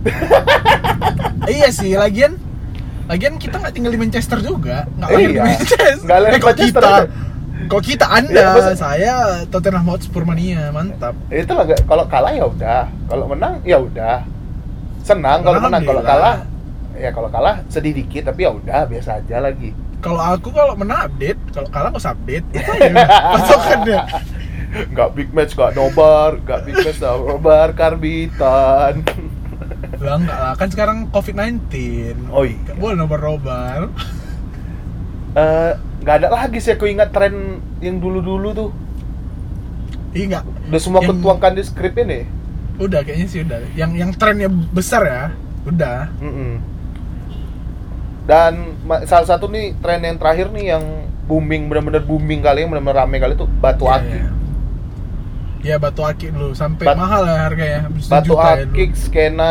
Iya sih, lagian kita nggak tinggal di Manchester juga, nggak lahir di Iya. Manchester. Nggak lahir di Kok Manchester kita, aja. kok kita Anda, Iya, maksud- saya Tottenham Hotspur mania, mantap. Itu lah, kalau kalah ya udah, kalau menang ya udah. Senang kalau menang, kalau kalah ya kalau kalah sedih dikit, tapi ya udah biasa aja lagi. Kalau aku kalau menang update, kalau kalah nggak usah update. Itu aja patokannya. Nggak big match, nggak nobar, nggak big match, nggak nobar, karbitan. Lah enggak lah, kan sekarang COVID-19. Oh iya. Nggak boleh nobar-nobar. Nggak ada lagi sih, aku ingat tren yang dulu-dulu tuh. Iya enggak. Udah semua Yang- ketuangkan di skrip ini. Udah kayaknya sih udah. Yang trennya besar ya. Udah. Dan salah satu nih tren yang terakhir nih yang booming, benar-benar booming kali, yang benar-benar rame kali tuh batu Iya, akik. iya. Ya batu akik dulu sampai Bat- mahal ya harganya. Habis Batu sejuta ya dulu. akik skena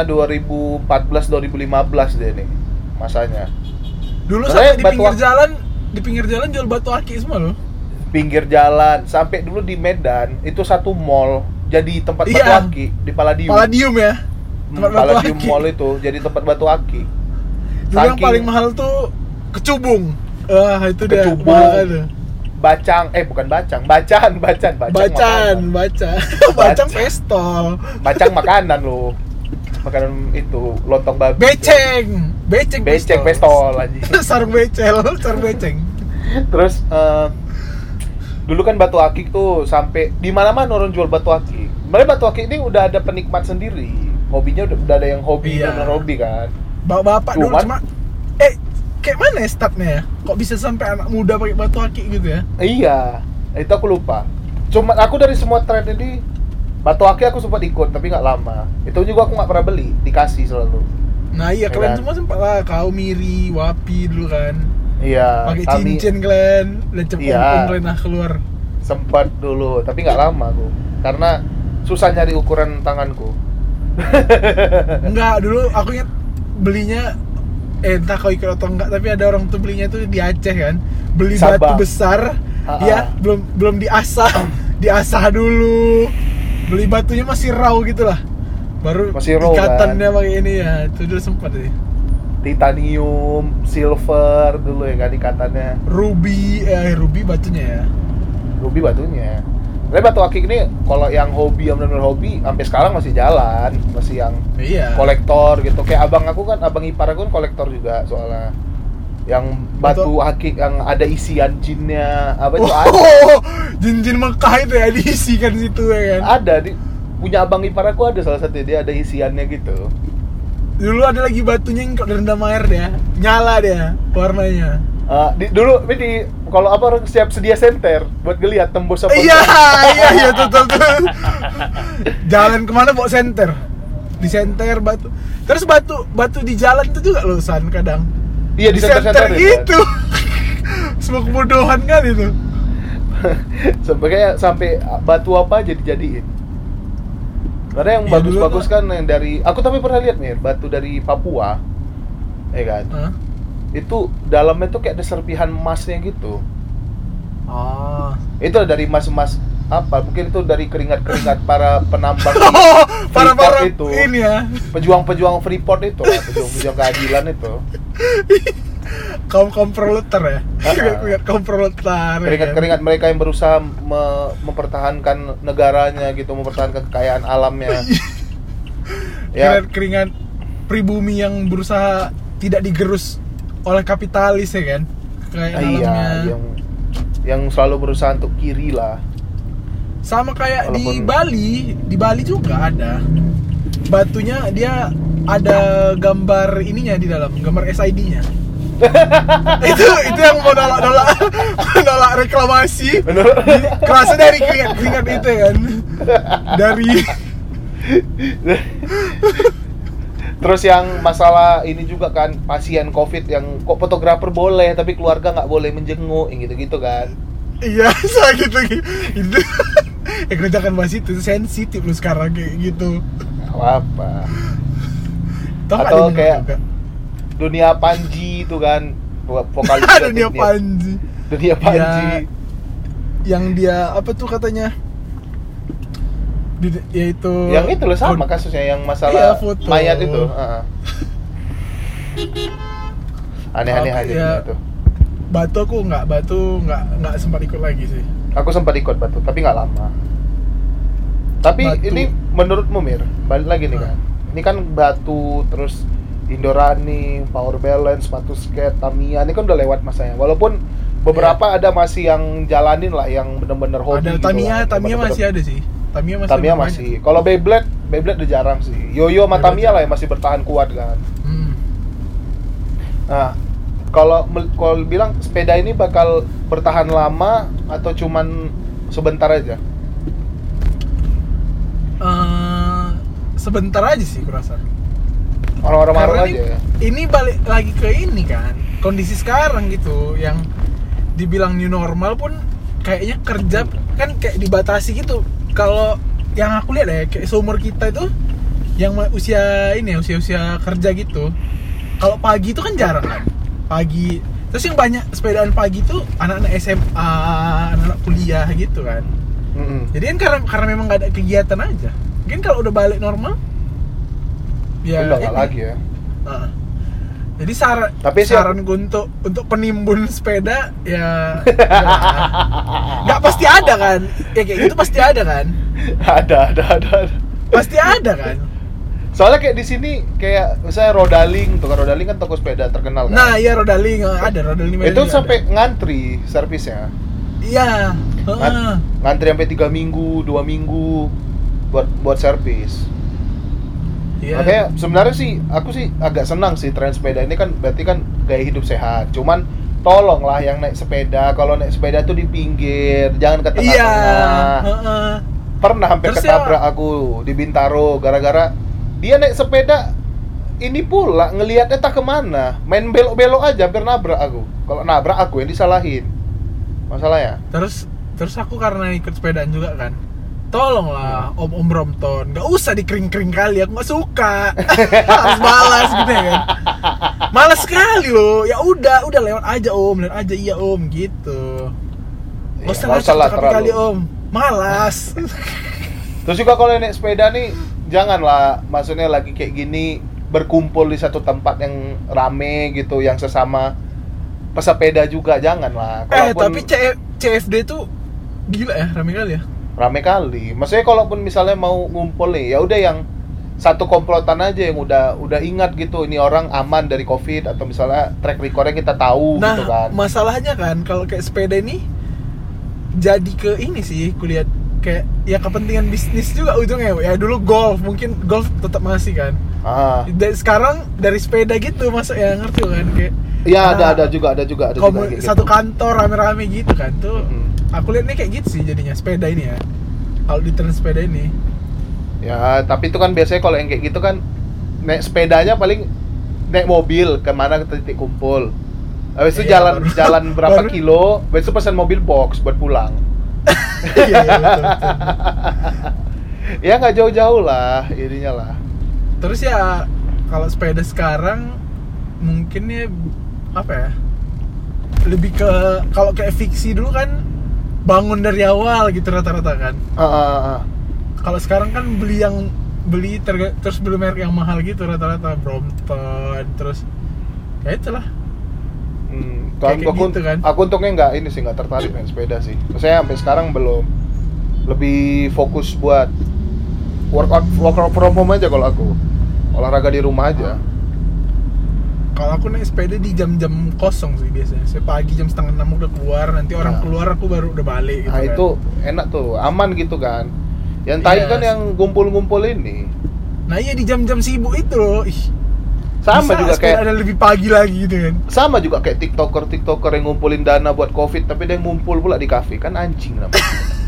2014-2015 deh nih masanya. Dulu Sebenarnya sampai di pinggir jalan jual batu akik semua loh. Pinggir jalan, sampai dulu di Medan itu satu mall jadi tempat batu Iya. akik di Palladium. Palladium ya. Tempat batu Palladium akik. Mall itu jadi tempat batu akik. Dulu yang paling mahal tuh kecubung. Wah, itu dia. Kecubung. Mahal kan tuh. Bukan bacang, bacan Bacang Bacan. pestol. Bacang makanan lo. Makanan itu lontong babi. Beceng Pestol aja. sarung beceng. Terus dulu kan batu akik tuh sampai di mana-mana orang jual batu akik. Sebenarnya batu akik ini udah ada penikmat sendiri. Hobinya udah ada yang hobi, Iya. benar hobi kan. Bapak dulu Cuman- cuma kayak mana ya startnya ya? Kok bisa sampai anak muda pakai batu akik gitu ya? Iya, itu aku lupa. Cuma aku dari semua tren ini batu akik aku sempat ikut tapi nggak lama. Itu juga aku nggak pernah beli, dikasih selalu. Nah iya, Ya kalian kan? semua sempat lah. Kau Miri, Wapi dulu kan. Iya. Pakai kami cincin kalian, lecep Iya. om kalian nah keluar. sempat dulu, tapi nggak lama aku. Karena susah nyari ukuran tanganku. Enggak, dulu aku ingat belinya entah kau ikut atau enggak, tapi ada orang tuh belinya tuh di Aceh kan. Beli Sabah. batu besar, ya, belum diasah dulu. Beli batunya masih raw gitu lah. Baru Masih raw, ikatannya pakai ini ya. Itu dulu sempat deh. Titanium, silver dulu ya kan ikatannya. Ruby batunya ya. Ruby batunya. Tapi batu akik ini kalau yang hobi, yang benar-benar hobi sampai sekarang masih jalan, masih yang Iya. kolektor gitu. Kayak abang ipar aku kan kolektor juga soalnya. Yang batu akik yang ada isian jinnya, apa itu ada. Oh, jin-jin Mekah itu ya diisikan situ ya kan. Ada punya abang ipar aku ada salah satu, dia ada isiannya gitu. Dulu ada lagi batunya yang kok direndam air dia, nyala dia warnanya. Dulu ini kalau apa orang siap sedia senter buat ngeliat tembus apa. Iya tuh. Jalan kemana bawa senter? Di senter batu. Terus batu di jalan itu juga loh San kadang. Iya di senter gitu. Semua kebodohan kan itu. Sampai batu apa jadi-jadiin. Karena yang Iya, bagus-bagus dulu kan yang dari aku tapi pernah lihat nih batu dari Papua, ya kan? Hah? Itu dalamnya tuh kayak ada serpihan emasnya gitu. Oh. Itu dari emas-emas apa? Mungkin itu dari keringat-keringat para penambang Para Freeport itu. ini ya. Pejuang-pejuang Freeport itu lah, pejuang-pejuang keadilan itu. Kaum proletar ya. Ah. Kaum proletar. Keringat-keringat mereka yang berusaha mempertahankan negaranya gitu, mempertahankan kekayaan alamnya. Ya, Keringat pribumi yang berusaha tidak digerus oleh kapitalis ya kan. Kayak iya, alamnya. yang selalu berusaha untuk kiri lah. Sama kayak di Walaupun- Bali juga ada. Batunya dia ada gambar ininya di dalam, gambar SID-nya. itu yang mau nolak reklamasi. Kerasa dari keringat itu kan. Dari Terus yang masalah ini juga kan, pasien COVID yang kok fotografer boleh tapi keluarga nggak boleh menjenguk, yang gitu-gitu kan. iya, gitu. Kita jangan bahas itu sensitif lu sekarang kayak gitu. Nggak apa-apa. Tahu nggak Atau dia kayak juga? Dunia Panji itu kan, vokalis Dunia Panji. Dunia Panji. Ya, yang dia apa tuh katanya? Yaitu Yang itu loh sama kasusnya yang masalah foto. mayat itu. Aneh-aneh Apa aja ya? gitu. Batu nggak sempat ikut lagi sih. Aku sempat ikut Batu, tapi nggak lama. Tapi Batu. ini menurutmu Mir, balik lagi nih kan. Ini kan Batu, terus Indorani, Power Balance, sepatu skate, Tamiya, ini kan udah lewat masanya. Walaupun beberapa ada masih yang jalanin lah, yang bener-bener hobi Ada gitu lah. Tamiya masih ada sih. Tamiya Tamiya banyak. masih. Kalau Beyblade udah jarang sih. Yoyo sama Beyblade Tamiya lah yang masih bertahan kuat kan. Nah, kalau bilang sepeda ini bakal bertahan lama atau cuman sebentar aja? Sebentar aja sih kurasa. Orang-orang marah Karena aja ya. ini balik lagi ke ini kan, kondisi sekarang gitu, yang dibilang new normal pun kayaknya kerja kan kayak dibatasi gitu. Kalau yang aku lihat ya, kayak seumur kita itu yang usia kerja gitu, kalau pagi itu kan jarang kan, pagi. Terus yang banyak sepedaan pagi tuh anak-anak SMA, anak-anak kuliah gitu kan. Jadi kan karena memang nggak ada kegiatan aja. Mungkin kalau udah balik normal, ya Udah nggak lagi ya. Jadi Tapi saran gue untuk penimbun sepeda ya nggak pasti ada kan, ya kayak gitu pasti ada kan, ada. pasti ada kan. Soalnya kayak di sini kayak misalnya Rodaling, tukang Rodaling kan toko sepeda terkenal kan. Nah iya Rodaling Itu sampai ngantri servisnya. Iya. Ngantri sampai 3 minggu, 2 minggu buat servis. Iya. Makanya sebenarnya sih aku sih agak senang sih tren sepeda ini kan, berarti kan gaya hidup sehat. Cuman tolonglah yang naik sepeda, kalau naik sepeda tuh di pinggir, jangan ke tengah-tengah. Iya. Pernah hampir Terus ketabrak aku di Bintaro gara-gara dia naik sepeda ini pula ngelihatnya tak kemana, main belok-belok aja hampir nabrak aku. Kalau nabrak aku yang disalahin masalahnya. Terus aku karena ikut sepedaan juga kan, tolonglah om Brompton, nggak usah dikering-kering kali, aku nggak suka. Harus balas gitu ya kan, malas sekali loh. Ya udah lewat aja om, lewat aja iya om gitu. Nggak usah lah kali om, malas. Terus juga kalau naik sepeda nih janganlah, maksudnya lagi kayak gini berkumpul di satu tempat yang rame gitu, yang sesama pesepeda juga janganlah. Tapi CFD tuh gila ya, rame kali ya. Rame kali. Maksudnya kalaupun misalnya mau ngumpul nih, ya udah yang satu komplotan aja yang udah ingat gitu, ini orang aman dari Covid, atau misalnya track recordnya kita tahu gitu kan. Nah, masalahnya kan kalau kayak sepeda ini jadi ke ini sih, kulihat kayak ya kepentingan bisnis juga ujungnya. Ya dulu mungkin golf tetap masih kan. Dan sekarang dari sepeda gitu masuk ya, ngerti kan kayak. Iya, ada juga satu gitu. kantor rame-rame gitu kan tuh. Aku lihat nih kayak gitu sih jadinya sepeda ini ya. Kalau di tren sepeda ini. Ya, tapi itu kan biasanya kalau yang kayak gitu kan naik sepedanya paling naik mobil kemana ke titik kumpul. Habis itu jalan berapa kilo, habis itu pesan mobil box buat pulang. Iya, betul. Ya nggak jauh-jauh lah ininya lah. Terus ya kalau sepeda sekarang mungkin ya apa ya? Lebih ke kalau kayak fiksi dulu kan bangun dari awal gitu rata-rata kan. Kalau sekarang kan terus beli merek yang mahal gitu rata-rata, Brompton, terus ya itulah. Gitu kan. Aku untungnya nggak tertarik main sepeda sih. Saya sampai sekarang belum. Lebih fokus buat workout from home aja kalau aku. Olahraga di rumah aja. Kalau aku naik sepeda di jam-jam kosong sih biasanya. Saya pagi jam 5:30 udah keluar, nanti orang keluar aku baru udah balik gitu. Nah, kan. Itu enak tuh, aman gitu kan. Yang tadi kan yang ngumpul-ngumpul ini. Nah, iya di jam-jam sibuk itu loh. Sama juga kayak ada lebih pagi lagi gitu kan. Sama juga kayak TikToker yang ngumpulin dana buat Covid, tapi dia ngumpul pula di kafe, kan anjing namanya.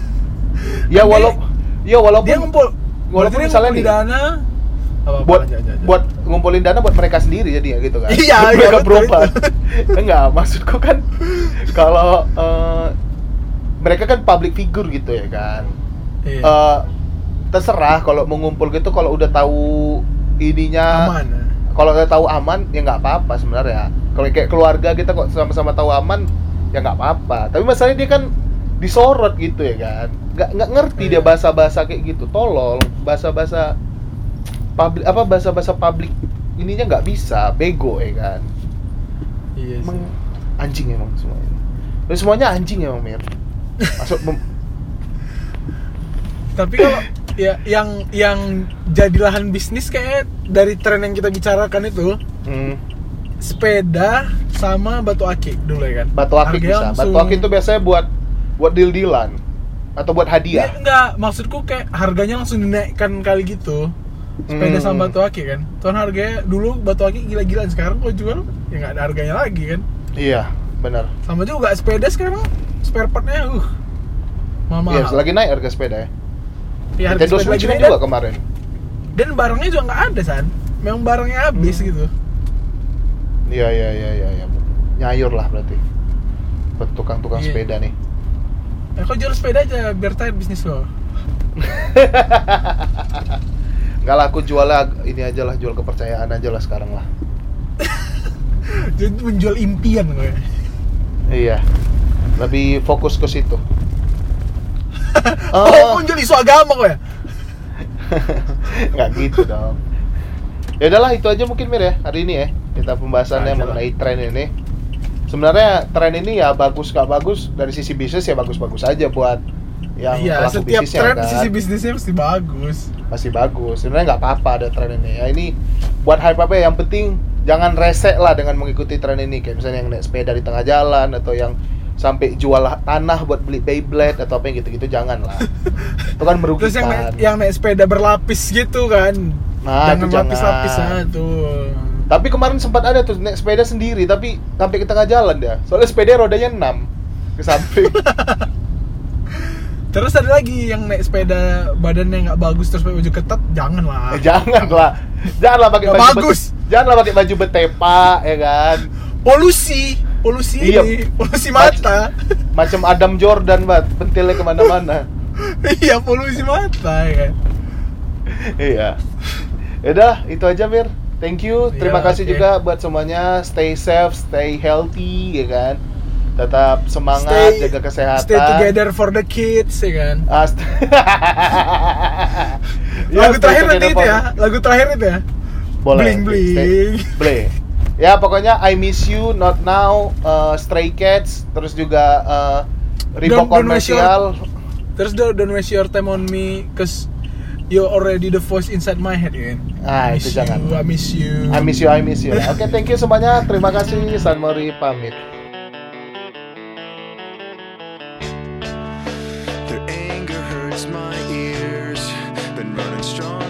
Walaupun dia ngumpul, walaupun misalnya nih dana buat ngumpulin dana buat mereka sendiri jadinya gitu kan. Iya, mereka berobat. Enggak, maksudku kan kalau mereka kan public figure gitu ya kan. Iya. Terserah kalau mau ngumpul gitu, kalau udah tahu ininya, Aman. kalau udah tahu aman ya nggak apa-apa sebenarnya. Kalau kayak keluarga kita kok sama-sama tahu aman ya nggak apa-apa. Tapi masalahnya dia kan disorot gitu ya kan, nggak ngerti dia bahasa-bahasa kayak gitu, tolol, bahasa-bahasa publik, apa bahasa-bahasa publik ininya nggak bisa, bego ya kan. Iya Emang sih. anjing emang semuanya. Dan semuanya anjing emang, Mir. Masuk Tapi kalau ya yang jadi lahan bisnis kayak dari tren yang kita bicarakan itu, sepeda sama batu akik dulu ya kan. batu akik Harganya bisa. Batu akik itu biasanya buat deal-dealan atau buat hadiah. Enggak, maksudku kayak harganya langsung dinaikkan kali gitu. Sepeda sama batu akik kan. Tuh harganya dulu batu akik gila-gilaan, sekarang kalau jual ya nggak ada harganya lagi kan. Iya, benar. Sama juga sepeda sekarang spare partnya mahal-mahal. Iya, lagi naik harga sepeda ya. Ya, harga Nintendo sepeda Switch lagi kan naik juga kemarin. dan barangnya juga nggak ada San. Memang barangnya habis gitu. Iya. Nyayur lah berarti. Buat tukang-tukang Iya. sepeda nih. Kau jual sepeda aja biar tahan bisnis lo. Enggak lah, aku jualnya ini aja lah, jual kepercayaan aja lah sekarang lah. Jadi menjual impian gue. Iya. Lebih fokus ke situ. Oh, menjual isu agama gue. Nggak gitu dong. Ya udahlah, itu aja mungkin Mir ya hari ini ya. Kita pembahasannya Aja lah. mengenai tren ini. Sebenarnya tren ini ya bagus nggak bagus, dari sisi bisnis ya bagus-bagus aja buat yang Iya, pelaku setiap bisnisnya tren kan. sisi bisnisnya pasti bagus. Masih bagus. Sebenarnya nggak apa-apa ada tren ini. Ya ini buat hype apa ya, yang penting jangan resek lah dengan mengikuti tren ini. Kayak misalnya yang naik sepeda di tengah jalan, atau yang sampai jual tanah buat beli Beyblade atau apa yang gitu-gitu, jangan lah. Itu kan merugikan. Terus yang naik sepeda berlapis gitu kan. Nah, itu jangan. Lapis-lapis tuh. Tapi kemarin sempat ada tuh naik sepeda sendiri, tapi sampai ke tengah jalan dia. Soalnya sepeda rodanya 6 ke samping. Terus ada lagi yang naik sepeda badannya nggak bagus terus pakai baju ketat, jangan lah. Janganlah pakai Nggak baju bagus. Janganlah pakai baju betepa ya kan. Polusi Iya. ini, polusi mata. Macam Adam Jordan banget, pentilnya kemana-mana. Iya, polusi mata ya kan. Iya. Yaudah, itu aja Mir. Thank you. Terima Iya, kasih oke. juga buat semuanya. Stay safe, stay healthy ya kan. Tetap semangat, jaga kesehatan. Stay together for the kids ya kan. Ya, Lagu stay terakhir nanti together itu for- ya. Lagu terakhir itu ya. Boleh. Bling bling. Boleh. Ya pokoknya I Miss You, Not Now, Stray Cats, terus juga Reebok Don't waste Commercial. Terus don't waste your time on me, cause you're already the voice inside my head ya kan. Ah, itu jangan. I miss you. I miss you, I miss you. Oke, thank you semuanya. Terima kasih. San Mori pamit. Their anger hurts my ears. Been running strong